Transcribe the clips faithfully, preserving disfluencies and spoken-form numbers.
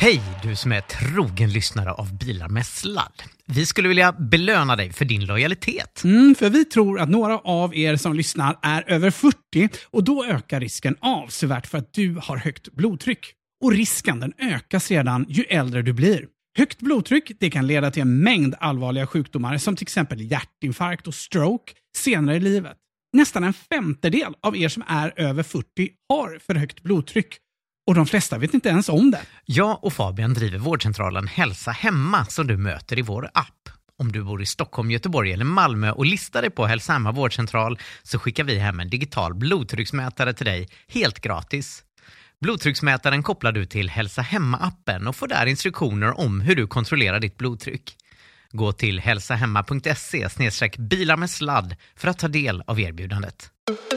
Hej, du som är trogen lyssnare av Bilar med sladd. Vi skulle vilja belöna dig för din lojalitet. Mm, för vi tror att några av er som lyssnar är över fyrtio och då ökar risken avsevärt för att du har högt blodtryck. Och risken den ökar sedan ju äldre du blir. Högt blodtryck det kan leda till en mängd allvarliga sjukdomar som till exempel hjärtinfarkt och stroke senare i livet. Nästan en femtedel av er som är över fyrtio har för högt blodtryck. Och de flesta vet inte ens om det. Jag och Fabian driver vårdcentralen Hälsa Hemma som du möter i vår app. Om du bor i Stockholm, Göteborg eller Malmö och listar dig på Hälsa Hemma vårdcentral så skickar vi hem en digital blodtrycksmätare till dig helt gratis. Blodtrycksmätaren kopplar du till Hälsa Hemma-appen och får där instruktioner om hur du kontrollerar ditt blodtryck. Gå till hälsahemma punkt se slash bilar med sladd för att ta del av erbjudandet.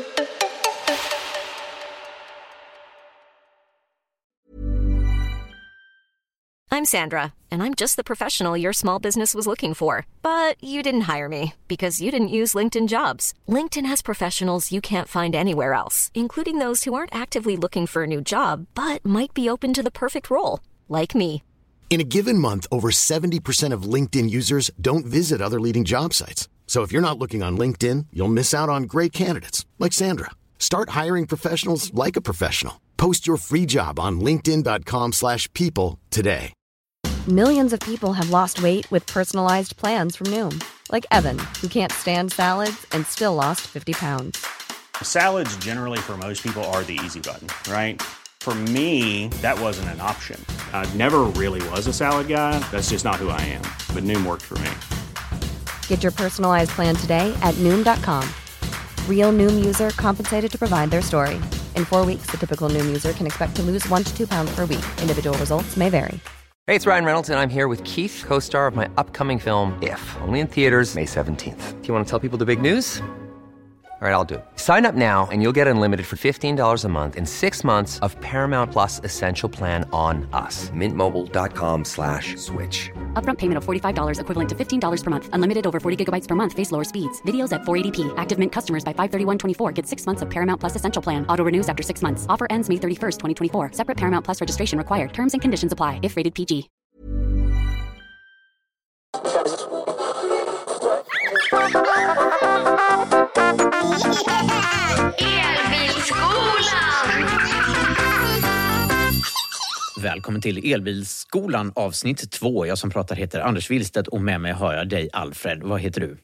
I'm Sandra, and I'm just the professional your small business was looking for. But you didn't hire me because you didn't use LinkedIn Jobs. LinkedIn has professionals you can't find anywhere else, including those who aren't actively looking for a new job, but might be open to the perfect role, like me. In a given month, over seventy percent of LinkedIn users don't visit other leading job sites. So if you're not looking on LinkedIn, you'll miss out on great candidates like Sandra. Start hiring professionals like a professional. Post your free job on linkedin dot com slash people today. Millions of people have lost weight with personalized plans from Noom. Like Evan, who can't stand salads and still lost fifty pounds. Salads generally for most people are the easy button, right? For me, that wasn't an option. I never really was a salad guy. That's just not who I am. But Noom worked for me. Get your personalized plan today at Noom dot com. Real Noom user compensated to provide their story. In four weeks, the typical Noom user can expect to lose one to two pounds per week. Individual results may vary. Hey, it's Ryan Reynolds, and I'm here with Keith, co-star of my upcoming film, If, only in theaters May seventeenth. Do you want to tell people the big news? All right, I'll do it. Sign up now and you'll get unlimited for fifteen dollars a month and six months of Paramount Plus Essential Plan on us. Mint Mobile dot com slash switch. Upfront payment of forty-five dollars equivalent to fifteen dollars per month. Unlimited over forty gigabytes per month. Face lower speeds. Videos at four eighty p. Active Mint customers by five thirty-one twenty-four get six months of Paramount Plus Essential Plan. Auto renews after six months. Offer ends May thirty-first, twenty twenty-four. Separate Paramount Plus registration required. Terms and conditions apply if rated P G. Välkommen till Elbilskolan avsnitt två. Jag som pratar heter Anders Willstedt och med mig har jag dig Alfred. Vad heter du?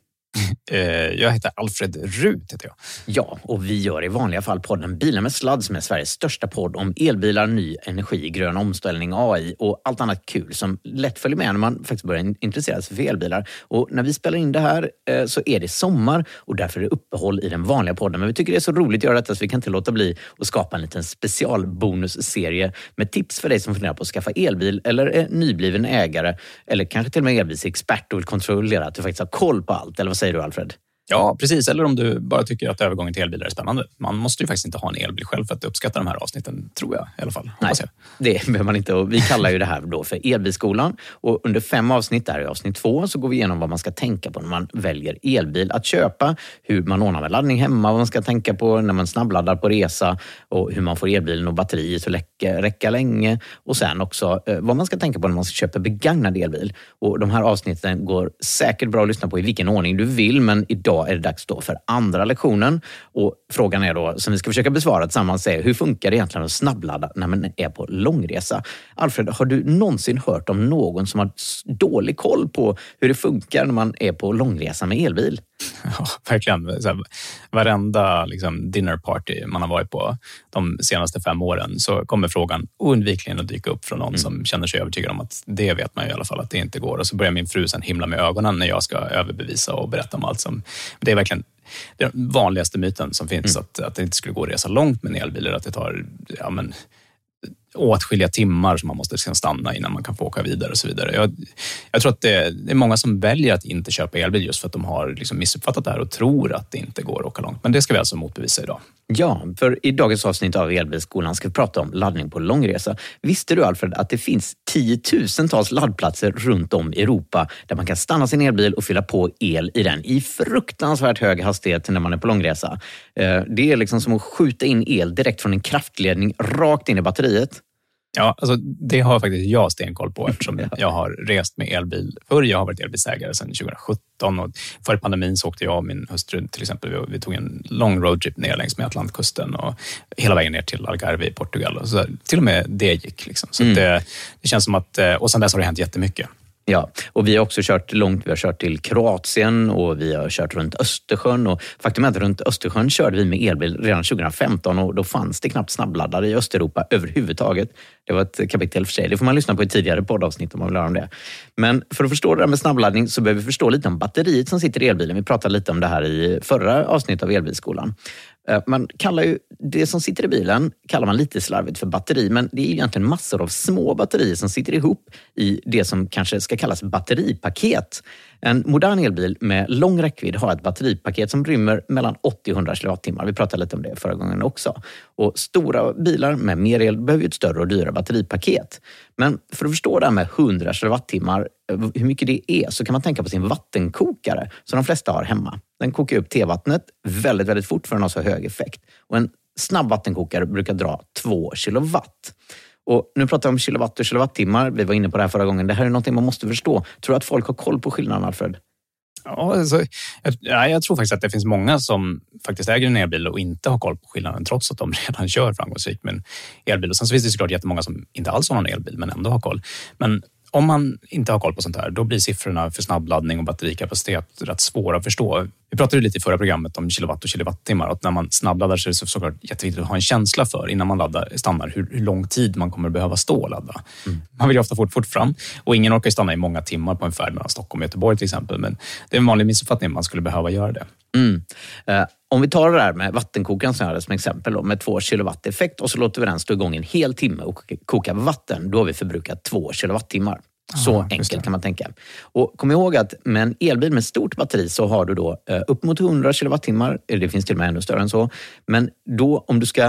Jag heter Alfred Rut heter jag. Ja, och vi gör i vanliga fall podden Bilar med sladd som är Sveriges största podd om elbilar, ny energi, grön omställning, A I och allt annat kul som lätt följer med när man faktiskt börjar intressera sig för elbilar. Och när vi spelar in det här så är det sommar och därför är det uppehåll i den vanliga podden. Men vi tycker det är så roligt att göra detta så vi kan inte låta bli att skapa en liten specialbonusserie med tips för dig som funderar på att skaffa elbil eller är nybliven ägare eller kanske till och med elbilsexpert och vill kontrollera att du faktiskt har koll på allt. Eller vad säger du, Alfred? Ja, precis. Eller om du bara tycker att övergången till elbilar är spännande. Man måste ju faktiskt inte ha en elbil själv för att uppskatta de här avsnitten, tror jag i alla fall. Nej, jag. Det behöver man inte. Och vi kallar ju det här då för Elbilskolan. Och under fem avsnitt, där i avsnitt två, så går vi igenom vad man ska tänka på när man väljer elbil att köpa. Hur man ordnar med laddning hemma, vad man ska tänka på när man snabbladdar på resa och hur man får elbilen och batteriet att räcka, räcka länge. Och sen också eh, vad man ska tänka på när man ska köpa begagnad elbil. Och de här avsnitten går säkert bra att lyssna på i vilken ordning du vill, men idag är det dags då för andra lektionen. Och frågan är då, som vi ska försöka besvara tillsammans, är hur funkar det egentligen att snabbladda när man är på långresa? Alfred, har du någonsin hört om någon som har dålig koll på hur det funkar när man är på långresa med elbil? Ja, verkligen. Så här, varenda liksom, dinnerparty man har varit på de senaste fem åren så kommer frågan oundvikligen att dyka upp från någon mm. som känner sig övertygad om att det vet man ju i alla fall att det inte går. Och så börjar min fru sen himla med ögonen när jag ska överbevisa och berätta om allt som... Det är verkligen den vanligaste myten som finns, mm. att, att det inte skulle gå att resa långt med en elbil, eller att det tar... Ja, men, åtskilliga timmar som man måste liksom stanna innan man kan få åka vidare och så vidare. Jag, jag tror att det, det är många som väljer att inte köpa elbil just för att de har liksom missuppfattat det här och tror att det inte går att åka långt. Men det ska vi alltså motbevisa idag. Ja, för i dagens avsnitt av Elbilskolan ska vi prata om laddning på långresa. Visste du, Alfred, att det finns tiotusentals laddplatser runt om i Europa där man kan stanna sin elbil och fylla på el i den i fruktansvärt hög hastighet när man är på långresa. Det är liksom som att skjuta in el direkt från en kraftledning rakt in i batteriet. Ja, alltså det har faktiskt jag stenkoll på eftersom jag har rest med elbil förr. Jag har varit elbilsägare sedan tjugo sjutton och före pandemin så åkte jag och min hustru till exempel. Vi, vi tog en lång roadtrip ner längs med Atlantkusten och hela vägen ner till Algarve i Portugal. Och så, till och med det gick. Liksom. Så mm. det, det känns som att, och sen dess har det hänt jättemycket. Ja, och vi har också kört långt. Vi har kört till Kroatien och vi har kört runt Östersjön. Och faktum är att runt Östersjön körde vi med elbil redan tjugo femton och då fanns det knappt snabbladdare i Östeuropa överhuvudtaget. Det var ett kapitel för sig. Det får man lyssna på i tidigare poddavsnitt om man vill höra om det. Men för att förstå det där med snabbladdning så behöver vi förstå lite om batteriet som sitter i elbilen. Vi pratade lite om det här i förra avsnittet av Elbilskolan. Man kallar ju det som sitter i bilen kallar man lite slarvigt för batteri, men det är egentligen massor av små batterier som sitter ihop i det som kanske ska kallas batteripaket. En modern elbil med lång räckvidd har ett batteripaket som rymmer mellan åttio och hundra kilowattimmar. Vi pratade lite om det förra gången också. Och stora bilar med mer el behöver ju ett större och dyrare batteripaket. Men för att förstå det här med hundra kilowattimmar, hur mycket det är, så kan man tänka på sin vattenkokare som de flesta har hemma. Den kokar upp tevattnet väldigt, väldigt fort för den har så hög effekt. Och en snabb vattenkokare brukar dra två kilowatt. Och nu pratar vi om kilowatt och kilowattimmar. Vi var inne på det här förra gången. Det här är någonting man måste förstå. Tror du att folk har koll på skillnaden, Alfred? Ja, alltså, jag, ja, jag tror faktiskt att det finns många som faktiskt äger en elbil och inte har koll på skillnaden trots att de redan kör framgångsrikt med en elbil. Och sen så finns det såklart jättemånga som inte alls har någon elbil men ändå har koll. Men om man inte har koll på sånt här, då blir siffrorna för snabbladdning och batterikapacitet rätt svåra att förstå. Vi pratade lite i förra programmet om kilowatt och kilowattimmar. Att när man snabbladdar så är det såklart jätteviktigt att ha en känsla för innan man laddar stannar hur, hur lång tid man kommer behöva stå och ladda. Mm. Man vill ju ofta fort, fort fram och ingen orkar stanna i många timmar på en färd mellan Stockholm och Göteborg till exempel. Men det är en vanlig missuppfattning att man skulle behöva göra det. Mm. Uh, om vi tar det där med vattenkokaren som, som exempel då, med två kilowatt effekt och så låter vi den stå igång en hel timme och koka vatten, då har vi förbrukat två kilowattimmar. Så ah, enkelt kan man tänka. Och kom ihåg att med en elbil med stort batteri så har du då eh, upp mot hundra kilowattimmar. Det finns till och med ännu större än så. Men då om du ska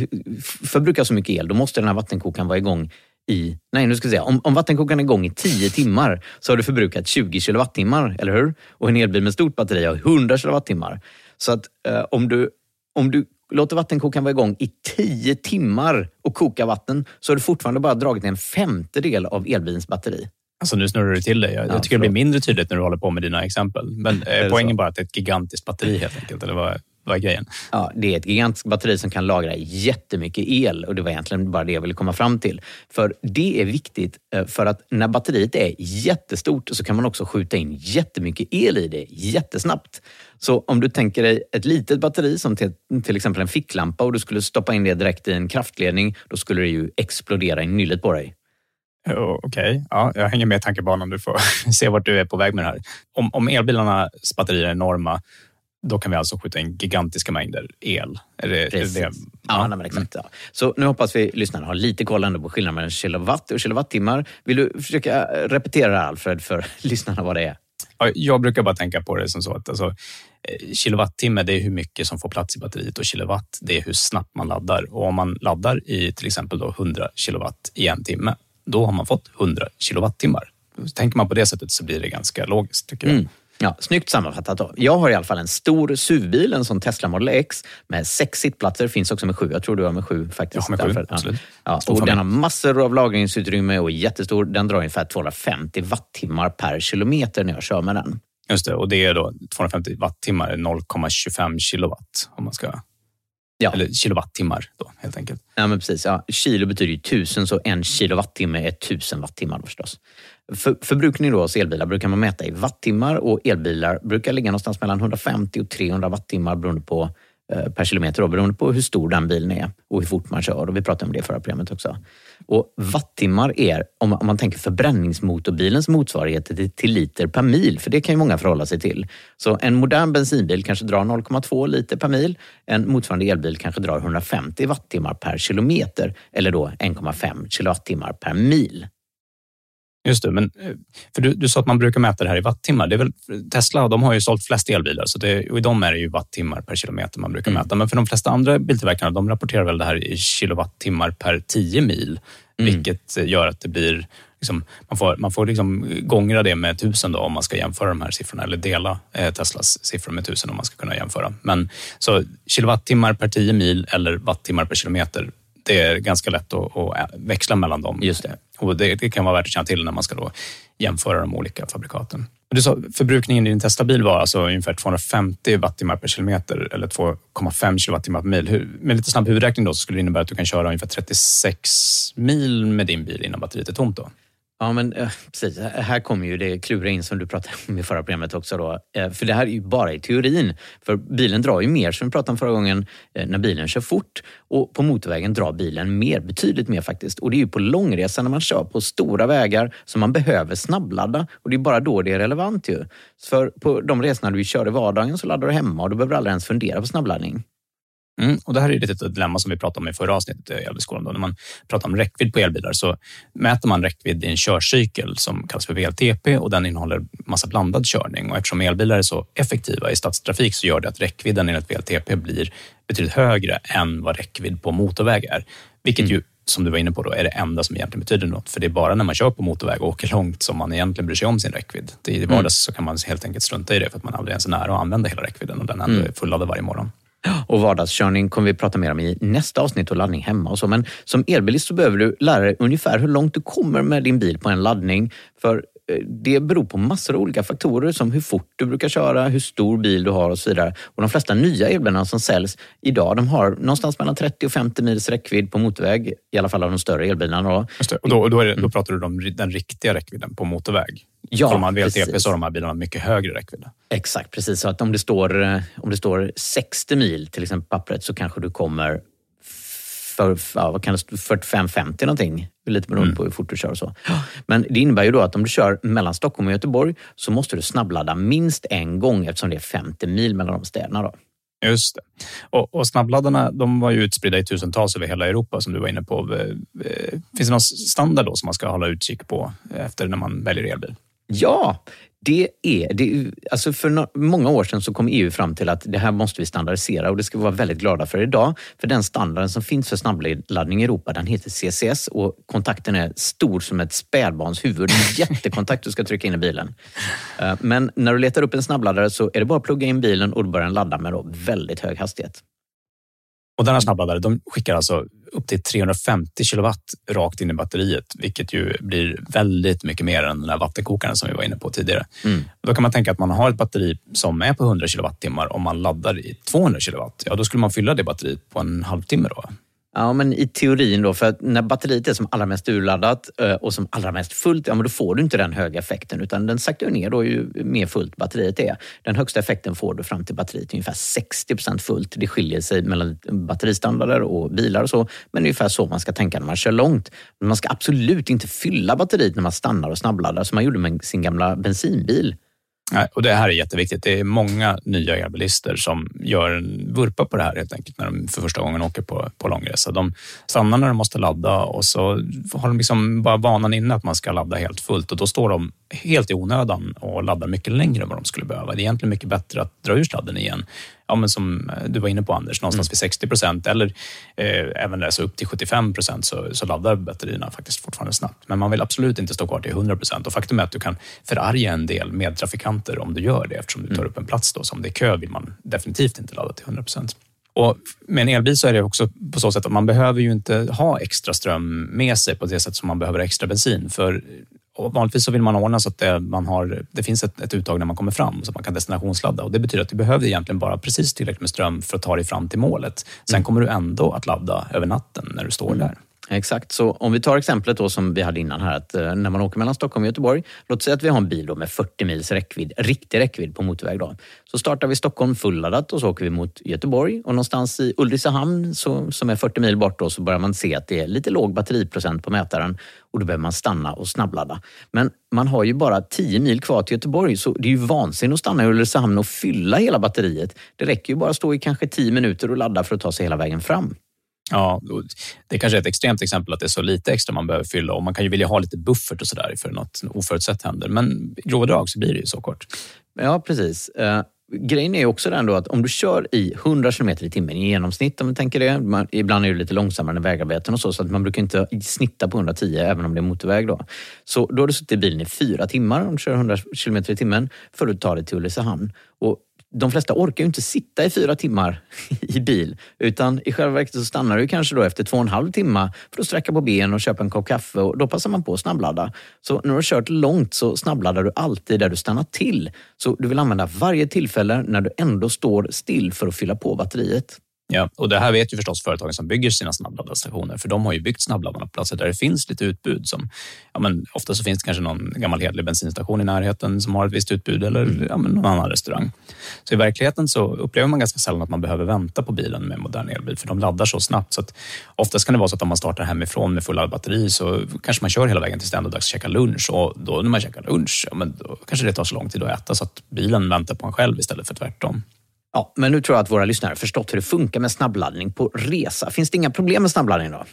förbruka så mycket el, då måste den här vattenkokaren vara igång i... Nej, nu ska jag säga. Om, om vattenkokaren är igång i tio timmar så har du förbrukat tjugo kilowattimmar, eller hur? Och en elbil med stort batteri har hundra kilowattimmar. Så att eh, om du... Om du låter vattenkokaren vara igång i tio timmar och koka vatten så har du fortfarande bara dragit en femtedel av elbilens batteri. Alltså nu snurrar du till det. Jag, ja, jag tycker det blir mindre tydligt när du håller på med dina exempel. Men eh, poängen är bara att det är ett gigantiskt batteri helt enkelt. Eller vad, vad är grejen? Ja, det är ett gigantiskt batteri som kan lagra jättemycket el. Och det var egentligen bara det jag ville komma fram till. För det är viktigt för att när batteriet är jättestort så kan man också skjuta in jättemycket el i det jättesnabbt. Så om du tänker dig ett litet batteri som till, till exempel en ficklampa och du skulle stoppa in det direkt i en kraftledning, då skulle det ju explodera i nyllet på dig. Okej, okay. Ja, jag hänger med i tankebanan. Du får se vart du är på väg med det här. Om, om elbilarnas batterier är enorma, då kan vi alltså skjuta in gigantiska mängder el. Är det, Precis. Är det, ja, ja men exakt. Ja. Så nu hoppas vi lyssnarna har lite koll ändå på skillnaden mellan kilowatt och kilowattimmar. Vill du försöka repetera, Alfred, för lyssnarna vad det är? Ja, jag brukar bara tänka på det som så att alltså, kilowattimme, det är hur mycket som får plats i batteriet och kilowatt, det är hur snabbt man laddar. Och om man laddar i till exempel då hundra kilowatt i en timme, då har man fått hundra kilowattimmar. Tänker man på det sättet så blir det ganska logiskt, tycker jag. Mm. Ja, snyggt sammanfattat då. Jag har i alla fall en stor S U V-bil, en sån Tesla Model X med sex sittplatser, finns också med sju. Jag tror du har med sju faktiskt. Jag har med sju, absolut. Ja, och den har massor av lagringsutrymme och är jättestor. Den drar ungefär tvåhundrafemtio wattimmar per kilometer när jag kör med den. Just det, och det är då tvåhundrafemtio wattimmar, noll komma tjugofem kilowatt om man ska... Ja. Eller kilowattimmar då, helt enkelt. Ja, men precis. Ja. Kilo betyder ju tusen, så en kilowattimme är tusen wattimmar förstås. För, förbrukning då hos elbilar brukar man mäta i wattimmar och elbilar brukar ligga någonstans mellan hundrafemtio och trehundra wattimmar beroende på, eh, per kilometer då, beroende på hur stor den bilen är och hur fort man kör. Och vi pratade om det i förra programmet också. Och wattimmar är, om man, om man tänker förbränningsmotorbilens motsvarighet till, till liter per mil, för det kan ju många förhålla sig till. Så en modern bensinbil kanske drar noll komma två liter per mil. En motsvarande elbil kanske drar hundrafemtio wattimmar per kilometer eller då en komma fem kilowattimmar per mil. Just det, men för du, du sa att man brukar mäta det här i wattimmar. Det är väl, Tesla, de har ju sålt flest elbilar, så det, och i dem är det ju wattimmar per kilometer man brukar mm. mäta. Men för de flesta andra biltillverkarna, de rapporterar väl det här i kilowattimmar per tio mil. Mm. Vilket gör att det blir, liksom, man får, man får liksom gångra det med tusen då om man ska jämföra de här siffrorna. Eller dela eh, Teslas siffror med tusen om man ska kunna jämföra. Men så kilowattimmar per tio mil eller wattimmar per kilometer, det är ganska lätt att, att växla mellan dem. Just det. Och det, det kan vara värt att känna till när man ska då jämföra de olika fabrikaten. Du sa, förbrukningen i din testabil var alltså ungefär tvåhundrafemtio wattimmar per kilometer eller två komma fem kilowattimmar per mil. Hur, med lite snabb huvudräkning då så skulle det innebära att du kan köra ungefär trettiosex mil med din bil innan batteriet är tomt då. Ja, men eh, precis. Här kommer ju det klura in som du pratade om i förra programmet också då. Eh, för det här är ju bara i teorin. För bilen drar ju mer, som vi pratade om förra gången, eh, när bilen kör fort. Och på motorvägen drar bilen mer, betydligt mer faktiskt. Och det är ju på långresa när man kör på stora vägar som man behöver snabbladda. Och det är bara då det är relevant ju. För på de resorna du kör i vardagen så laddar du hemma och du behöver aldrig ens fundera på snabbladdning. Mm, och det här är ju ett dilemma som vi pratade om i förra avsnittet i Elbilskolan. Då. När man pratar om räckvidd på elbilar så mäter man räckvidd i en körcykel som kallas för V L T P och den innehåller massa blandad körning. Och eftersom elbilar är så effektiva i stadstrafik så gör det att räckvidden enligt V L T P blir betydligt högre än vad räckvidd på motorväg är. Vilket mm. ju, som du var inne på då, är det enda som egentligen betyder något. För det är bara när man kör på motorväg och åker långt som man egentligen bryr sig om sin räckvidd. Det I vardags mm. så kan man helt enkelt strunta i det för att man aldrig ens är nära att använda hela räckvidden och den ändå mm. är fulladdad varje morgon. Och vardagskörning kommer vi prata mer om i nästa avsnitt och laddning hemma och så. Men som elbilist så behöver du lära dig ungefär hur långt du kommer med din bil på en laddning. För det beror på massor av olika faktorer som hur fort du brukar köra, hur stor bil du har och så vidare. Och de flesta nya elbilarna som säljs idag, de har någonstans mellan trettio och femtio mils räckvidd på motorväg. I alla fall av de större elbilarna. Då. Just det. Och då, då, är det, då pratar du om den riktiga räckvidden på motorväg. Ja, om man V L T P så har de här bilarna mycket högre räckvidd. Exakt, precis. Så att om det står, om det står sextio mil till exempel på pappret så kanske du kommer för, ja, vad kan det, fyrtiofem femtio någonting. Lite beroende på hur fort du kör och så. Men det innebär ju då att om du kör mellan Stockholm och Göteborg så måste du snabbladda minst en gång eftersom det är femtio mil mellan de städerna då. Just det. Och, och snabbladdarna, de var ju utspridda i tusentals över hela Europa som du var inne på. Finns det någon standard då som man ska hålla utkik på efter när man väljer elbil? Ja, det är, det är alltså för no- många år sedan så kom E U fram till att det här måste vi standardisera och det ska vi vara väldigt glada för idag. För den standarden som finns för snabbladdning i Europa, den heter C C S och kontakten är stor som ett spädbarns huvud. Det är en jättekontakt du ska trycka in i bilen. Men när du letar upp en snabbladdare så är det bara att plugga in bilen och då börjar den ladda med då väldigt hög hastighet. Och denna snabbladdare, de skickar alltså upp till trehundrafemtio kilowatt rakt in i batteriet, vilket ju blir väldigt mycket mer än den här vattenkokaren som vi var inne på tidigare. Mm. Då kan man tänka att man har ett batteri som är på hundra kilowattimmar. Om man laddar i tvåhundra kilowatt, ja då skulle man fylla det batteriet på en halvtimme då. Ja, men i teorin då, för att när batteriet är som allra mest urladdat och som allra mest fullt, ja men då får du inte den höga effekten utan den saktar ner då ju mer fullt batteriet är. Den högsta effekten får du fram till batteriet ungefär sextio procent fullt. Det skiljer sig mellan batteristandarder och bilar och så, men ungefär så man ska tänka när man kör långt. Men man ska absolut inte fylla batteriet när man stannar och snabbladdar som man gjorde med sin gamla bensinbil. Nej, och det här är jätteviktigt. Det är många nya elbilister som gör en vurpa på det här helt enkelt när de för första gången åker på, på långresa. De stannar när de måste ladda och så har de liksom bara vanan inne att man ska ladda helt fullt och då står de helt i onödan och laddar mycket längre än vad de skulle behöva. Det är egentligen mycket bättre att dra ur sladden igen. Ja, men som du var inne på Anders, någonstans mm. vid sextio procent eller eh, även där så upp till sjuttiofem procent så, så laddar batterierna faktiskt fortfarande snabbt. Men man vill absolut inte stå kvar till hundra procent och faktum är att du kan förarga en del medtrafikanter om du gör det eftersom du tar upp en plats då. Så om det är kö vill man definitivt inte ladda till hundra procent. Och med en elbil så är det också på så sätt att man behöver ju inte ha extra ström med sig på det sätt som man behöver extra bensin. För och vanligtvis så vill man ordna så att det, man har, det finns ett, ett uttag när man kommer fram så att man kan destinationsladda. Och det betyder att du behöver egentligen bara precis tillräckligt med ström för att ta dig fram till målet. Sen mm. kommer du ändå att ladda över natten när du står mm. där. Exakt, så om vi tar exemplet då som vi hade innan här att eh, när man åker mellan Stockholm och Göteborg, låt säga att vi har en bil då med fyrtio mils räckvidd, riktig räckvidd på motorväg då. Så startar vi Stockholm fulladdat och så åker vi mot Göteborg och någonstans i Ulricehamn så, som är fyrtio mil bort då så börjar man se att det är lite låg batteriprocent på mätaren och då behöver man stanna och snabbladda. Men man har ju bara tio mil kvar till Göteborg så det är ju vansinnigt att stanna i Ulricehamn och fylla hela batteriet. Det räcker ju bara att stå i kanske tio minuter och ladda för att ta sig hela vägen fram. Ja, det kanske är ett extremt exempel att det är så lite extra man behöver fylla och man kan ju vilja ha lite buffert och sådär för något oförutsett händer. Men i grova drag så blir det ju så kort. Ja, precis. Uh, grejen är ju också den då att om du kör i hundra kilometer i timmen i genomsnitt, om man tänker det, man, ibland är det lite långsammare än vägarbeten och så, så att man brukar inte snitta på hundratio även om det är motorväg då. Så då har du suttit i bilen i fyra timmar om du kör hundra kilometer i timmen för att ta dig till Ulricehamn. Och de flesta orkar ju inte sitta i fyra timmar i bil, utan i själva verket så stannar du kanske då efter två och en halv timme för att sträcka på ben och köpa en kopp kaffe, och då passar man på att snabbladda. Så när du har kört långt så snabbladdar du alltid där du stannar till. Så du vill använda varje tillfälle när du ändå står still för att fylla på batteriet. Ja, och det här vet ju förstås företagen som bygger sina snabbladdarstationer, för de har ju byggt snabbladdarna på platser där det finns lite utbud. Som, ja, men ofta så finns det kanske någon gammal hedlig bensinstation i närheten som har ett visst utbud, eller ja, men någon annan restaurang. Så i verkligheten så upplever man ganska sällan att man behöver vänta på bilen med en modern elbil, för de laddar så snabbt. Så att oftast kan det vara så att om man startar hemifrån med fulla batteri så kanske man kör hela vägen tills det ändå dags att käka lunch, och då när man käkar lunch, ja, men då kanske det tar så lång tid att äta så att bilen väntar på en själv istället för tvärtom. Ja, men nu tror jag att våra lyssnare har förstått hur det funkar med snabbladdning på resa. Finns det inga problem med snabbladdning då?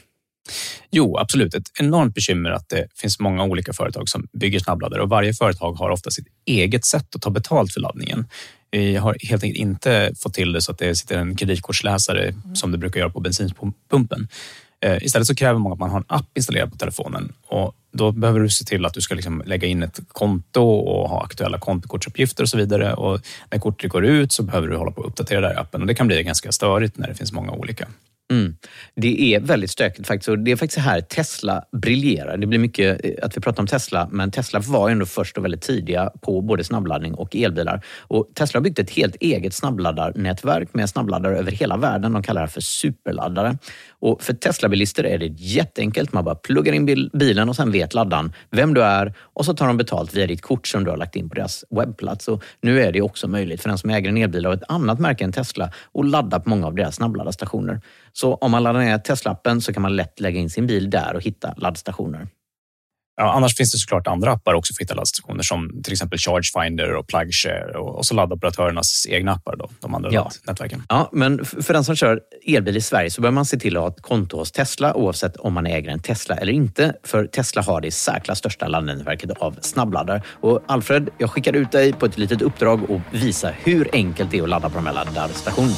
Jo, absolut. Ett enormt bekymmer att det finns många olika företag som bygger snabbladdare, och varje företag har ofta sitt eget sätt att ta betalt för laddningen. Vi har helt enkelt inte fått till det så att det sitter en kreditkortsläsare som det brukar göra på bensinpumpen. Istället så kräver många att man har en app installerad på telefonen, och då behöver du se till att du ska liksom lägga in ett konto och ha aktuella kontokortsuppgifter och så vidare, och när kortet går ut så behöver du hålla på att uppdatera den här appen, och det kan bli ganska störigt när det finns många olika. Mm. Det är väldigt stökigt faktiskt, och det är faktiskt här Tesla briljerar. Det blir mycket att vi pratar om Tesla, men Tesla var ju ändå först och väldigt tidiga på både snabbladdning och elbilar. Och Tesla har byggt ett helt eget snabbladdarnätverk med snabbladdare över hela världen. De kallar det för superladdare. Och för Tesla-bilister är det jätteenkelt. Man bara pluggar in bilen och sen vet laddan vem du är, och så tar de betalt via ditt kort som du har lagt in på deras webbplats. Och nu är det också möjligt för den som äger en elbil av ett annat märke än Tesla att ladda på många av deras snabbladdarstationer. Så om man laddar ner Tesla-appen så kan man lätt lägga in sin bil där och hitta laddstationer. Ja, annars finns det såklart andra appar också för att hitta laddstationer, som till exempel ChargeFinder och PlugShare, och, och så laddoperatörernas egna appar då, de andra ja. nätverken. Ja, men för den som kör elbil i Sverige så bör man se till att ha ett konto hos Tesla, oavsett om man äger en Tesla eller inte, för Tesla har det särskilt största laddnätverket av snabbladdare. Och Alfred, jag skickar ut dig på ett litet uppdrag och visa hur enkelt det är att ladda på de här laddarstationerna.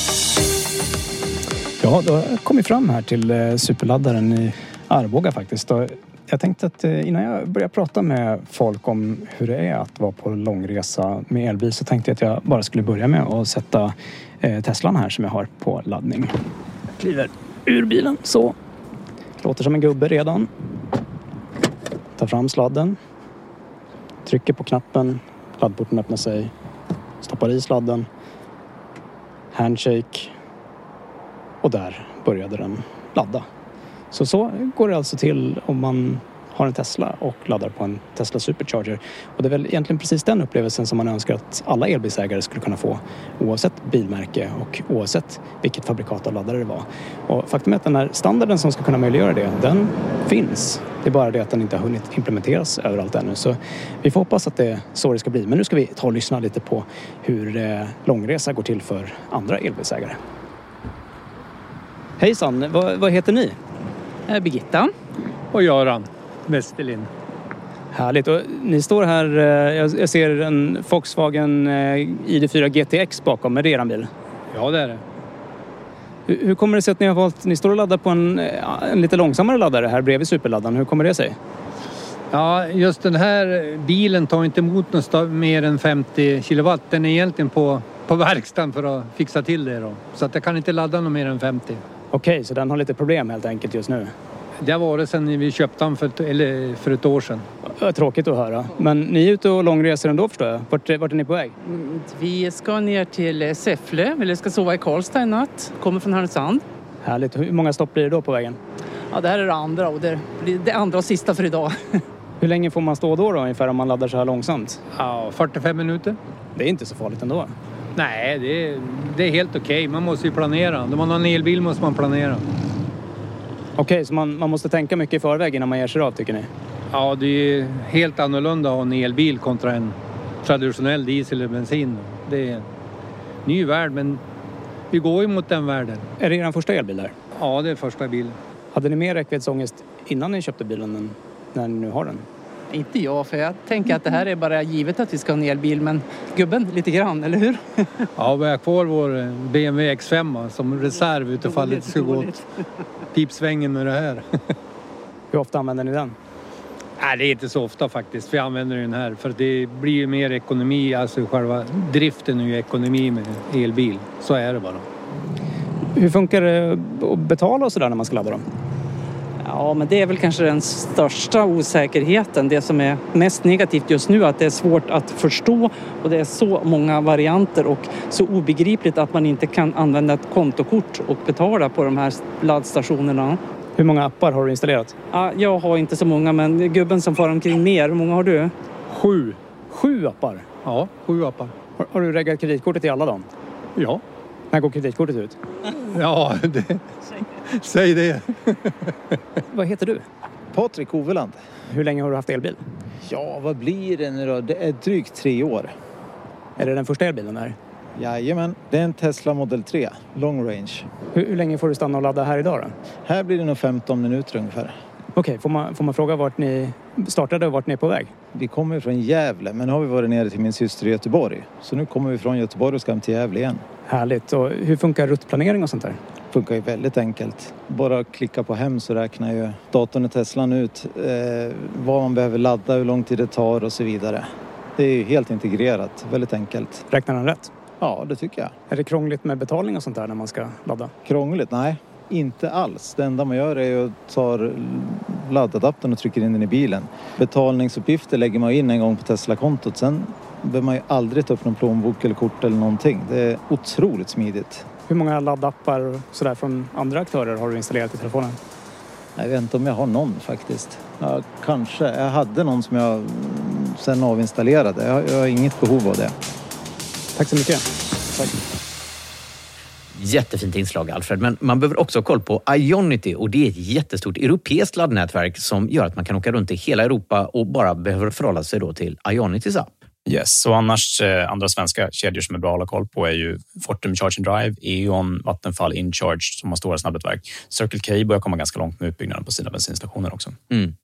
Ja, då har jag kommit fram här till superladdaren i Arboga faktiskt. Jag tänkte att innan jag börjar prata med folk om hur det är att vara på långresa med elbil, så tänkte jag att jag bara skulle börja med att sätta Teslan här som jag har på laddning. Jag kliver ur bilen, så. Låter som en gubbe redan. Tar fram sladden. Trycker på knappen. Laddporten öppnar sig. Stoppar i sladden. Handshake. Och där började den ladda. Så så går det alltså till om man har en Tesla och laddar på en Tesla Supercharger. Och det är väl egentligen precis den upplevelsen som man önskar att alla elbilsägare skulle kunna få, oavsett bilmärke och oavsett vilket fabrikat av laddare det var. Och faktum är att den här standarden som ska kunna möjliggöra det, den finns. Det är bara det att den inte har hunnit implementeras överallt ännu. Så vi får hoppas att det är så det ska bli. Men nu ska vi ta och lyssna lite på hur eh, långresa går till för andra elbilsägare. Hejsan, vad, vad heter ni? Birgitta. Och Göran Westerlind. Härligt. Och ni står här, jag ser en Volkswagen I D fyra G T X bakom. Är det er bil? Ja, det är det. Hur, hur kommer det sig att ni har valt, ni står och laddar på en, en lite långsammare laddare här bredvid superladdaren. Hur kommer det sig? Ja, just den här bilen tar inte emot något mer än femtio kilowatt. Den är egentligen på, på verkstaden för att fixa till det då. Så att jag kan inte ladda något mer än femtio. Okej, så den har lite problem helt enkelt just nu? Det har varit sedan vi köpte den för ett, eller för ett år sedan. Tråkigt att höra. Men ni är ute och långreser ändå, förstår jag. Vart, vart är ni på väg? Vi ska ner till Säffle, eller ska sova i Karlstad i natt. Kommer från Härnösand. Härligt. Hur många stopp blir det då på vägen? Ja, det här är det andra, och det blir det andra och sista för idag. Hur länge får man stå då, då ungefär om man laddar så här långsamt? Ja, fyrtiofem minuter. Det är inte så farligt ändå. Nej, det är, det är helt okej. Okay. Man måste ju planera. Om man har en elbil måste man planera. Okej, okay, så man, man måste tänka mycket i förväg innan man ger sig av, tycker ni? Ja, det är helt annorlunda att ha en elbil kontra en traditionell diesel eller bensin. Det är en ny värld, men vi går ju mot den världen. Är det er första elbil där? Ja, det är första bilen. Hade ni mer räckviddsångest innan ni köpte bilen än när ni nu har den? Inte jag, för jag tänker att det här är bara givet att vi ska ha en elbil, men gubben lite grann, eller hur? Ja, vi har kvar vår B M W X fem som reserv utifall det ska gå åt pipsvängen med det här. Hur ofta använder ni den? Nej, det är inte så ofta faktiskt, för jag använder den här. För det blir ju mer ekonomi, alltså själva driften är ju ekonomi med elbil. Så är det bara. Hur funkar det att betala och sådär när man ska ladda dem? Ja, men det är väl kanske den största osäkerheten. Det som är mest negativt just nu, att det är svårt att förstå och det är så många varianter och så obegripligt att man inte kan använda ett kontokort och betala på de här laddstationerna. Hur många appar har du installerat? Ja, jag har inte så många, men gubben som far omkring mer, hur många har du? Sju. Sju appar? Ja, sju appar. Har, har du reggat kreditkortet i alla dem? Ja. När går kreditkortet ut? Ja, det... säg det. Vad heter du? Patrik Oveland. Hur länge har du haft elbil? Ja, vad blir det nu då? Det är drygt tre år. Är det den första elbilen här? Jajamän, det är en Tesla Model tre, long range. Hur, hur länge får du stanna och ladda här idag då? Här blir det nog femton minuter ungefär. Okej, okay, får, man, får man fråga vart ni startade och vart ni är på väg? Vi kommer från Gävle, men nu har vi varit nere till min syster i Göteborg. Så nu kommer vi från Göteborg och ska hem till Gävle igen. Härligt. Och hur funkar ruttplanering och sånt där? Funkar ju väldigt enkelt. Bara klicka på hem så räknar ju datorn i Teslan ut eh, vad man behöver ladda, hur lång tid det tar och så vidare. Det är ju helt integrerat, väldigt enkelt. Räknar den rätt? Ja, det tycker jag. Är det krångligt med betalning och sånt där när man ska ladda? Krångligt? Nej, inte alls. Det enda man gör är att ta laddadaptern och trycker in den i bilen. Betalningsuppgifter lägger man in en gång på Tesla-kontot. Sen behöver man ju aldrig ta upp någon plånbok eller kort eller någonting. Det är otroligt smidigt. Hur många laddappar och sådär från andra aktörer har du installerat i telefonen? Jag vet inte om jag har någon faktiskt. Ja, kanske. Jag hade någon som jag sen avinstallerade. Jag, jag har inget behov av det. Tack så mycket. Tack. Jättefint inslag, Alfred. Men man behöver också ha koll på Ionity, och det är ett jättestort europeiskt laddnätverk som gör att man kan åka runt i hela Europa och bara behöver förhålla sig då till Ionitys app. Yes, och annars eh, andra svenska kedjor som är bra att hålla koll på är ju Fortum Charge and Drive, E.ON, Vattenfall, InCharge som har stora snabbnätverk. Circle K börjar komma ganska långt med utbyggnaden på sina bensinstationer också. Mm.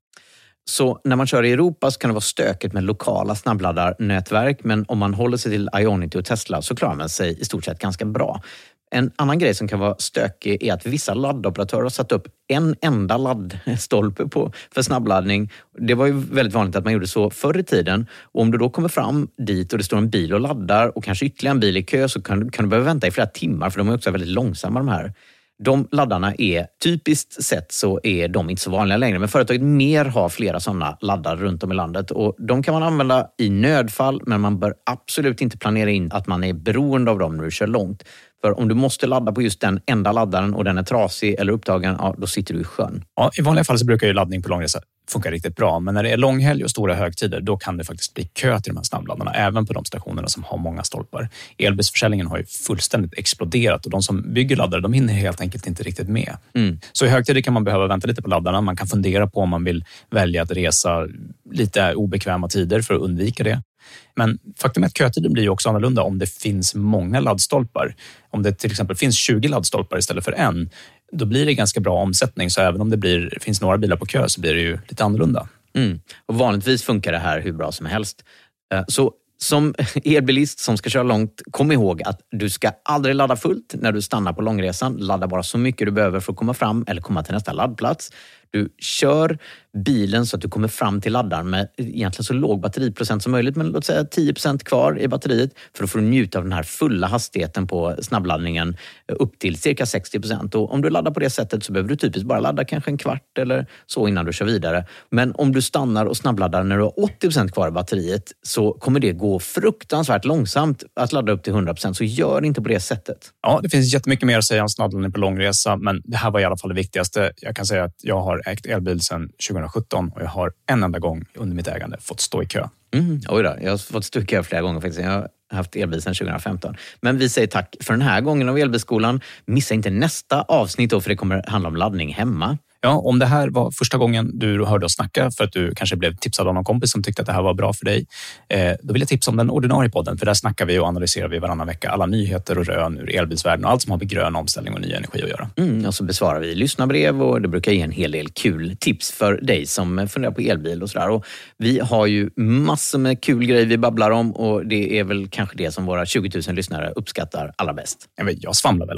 Så när man kör i Europa så kan det vara stökigt med lokala snabbladdarnätverk, men om man håller sig till Ionity och Tesla så klarar man sig i stort sett ganska bra. En annan grej som kan vara stökig är att vissa laddoperatörer har satt upp en enda laddstolpe på, för snabbladdning. Det var ju väldigt vanligt att man gjorde så förr i tiden. Och om du då kommer fram dit och det står en bil och laddar och kanske ytterligare en bil i kö, så kan, kan du behöva vänta i flera timmar, för de är också väldigt långsamma de här. De laddarna är, typiskt sett så är de inte så vanliga längre, men företaget mer har flera sådana laddar runt om i landet, och de kan man använda i nödfall, men man bör absolut inte planera in att man är beroende av dem när du kör långt. För om du måste ladda på just den enda laddaren och den är trasig eller upptagen, ja, då sitter du i sjön. Ja, i vanliga fall så brukar ju laddning på långresa funka riktigt bra, men när det är långhelg och stora högtider, då kan det faktiskt bli kö till de här snabbladdarna, även på de stationerna som har många stolpar. Elbilsförsäljningen har ju fullständigt exploderat, och de som bygger laddare, de hinner helt enkelt inte riktigt med. Mm. Så i högtider kan man behöva vänta lite på laddarna. Man kan fundera på om man vill välja att resa lite obekväma tider för att undvika det. Men faktum är att kötiden blir ju också annorlunda om det finns många laddstolpar. Om det till exempel finns tjugo laddstolpar istället för en, då blir det ganska bra omsättning. Så även om det blir, finns några bilar på kö, så blir det ju lite annorlunda. Mm. Och vanligtvis funkar det här hur bra som helst. Så som elbilist som ska köra långt, kom ihåg att du ska aldrig ladda fullt när du stannar på långresan. Ladda bara så mycket du behöver för att komma fram eller komma till nästa laddplats. Du kör bilen så att du kommer fram till laddaren med egentligen så låg batteriprocent som möjligt, men låt säga tio procent kvar i batteriet, för att få njuta av den här fulla hastigheten på snabbladdningen upp till cirka sextio procent. Och om du laddar på det sättet så behöver du typiskt bara ladda kanske en kvart eller så innan du kör vidare. Men om du stannar och snabbladdar när du har åttio procent kvar i batteriet, så kommer det gå fruktansvärt långsamt att ladda upp till hundra procent, så gör inte på det sättet. Ja, det finns jättemycket mer att säga om snabbladdning på långresa, men det här var i alla fall det viktigaste. Jag kan säga att jag har ägt elbil sedan tjugohundrasjutton och jag har en enda gång under mitt ägande fått stå i kö. Mm, oj då, jag har fått stå i kö flera gånger faktiskt. Jag har haft elbil sedan tjugohundrafemton. Men vi säger tack för den här gången av Elbilskolan. Missa inte nästa avsnitt då, för det kommer handla om laddning hemma. Ja, om det här var första gången du hörde oss snacka för att du kanske blev tipsad av någon kompis som tyckte att det här var bra för dig, eh, då vill jag tipsa om den ordinarie podden, för där snackar vi och analyserar vi varannan vecka alla nyheter och rön ur elbilsvärlden och allt som har med grön omställning och ny energi att göra. Mm, och så besvarar vi lyssnarbrev, och det brukar ge en hel del kul tips för dig som funderar på elbil och sådär. Och vi har ju massor med kul grejer vi babblar om, och det är väl kanske det som våra tjugo tusen lyssnare uppskattar allra bäst. Jag, vet, jag svamlar väl aldrig.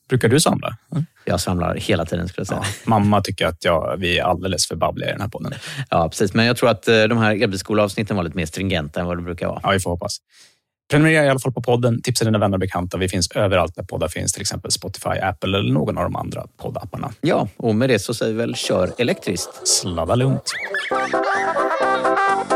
Brukar du samla? Mm. Jag samlar hela tiden skulle jag säga. Ja, mamma tycker att jag, vi är alldeles för babbliga i den här podden. Ja, precis. Men jag tror att de här elbilskolavsnitten var lite mer stringenta än vad det brukar vara. Ja, vi får hoppas. Prenumerera i alla fall på podden. Tipsa dina vänner och bekanta. Vi finns överallt där poddar finns. Till exempel Spotify, Apple eller någon av de andra poddapparna. Ja, och med det så säger vi väl kör elektriskt. Sladda lugnt.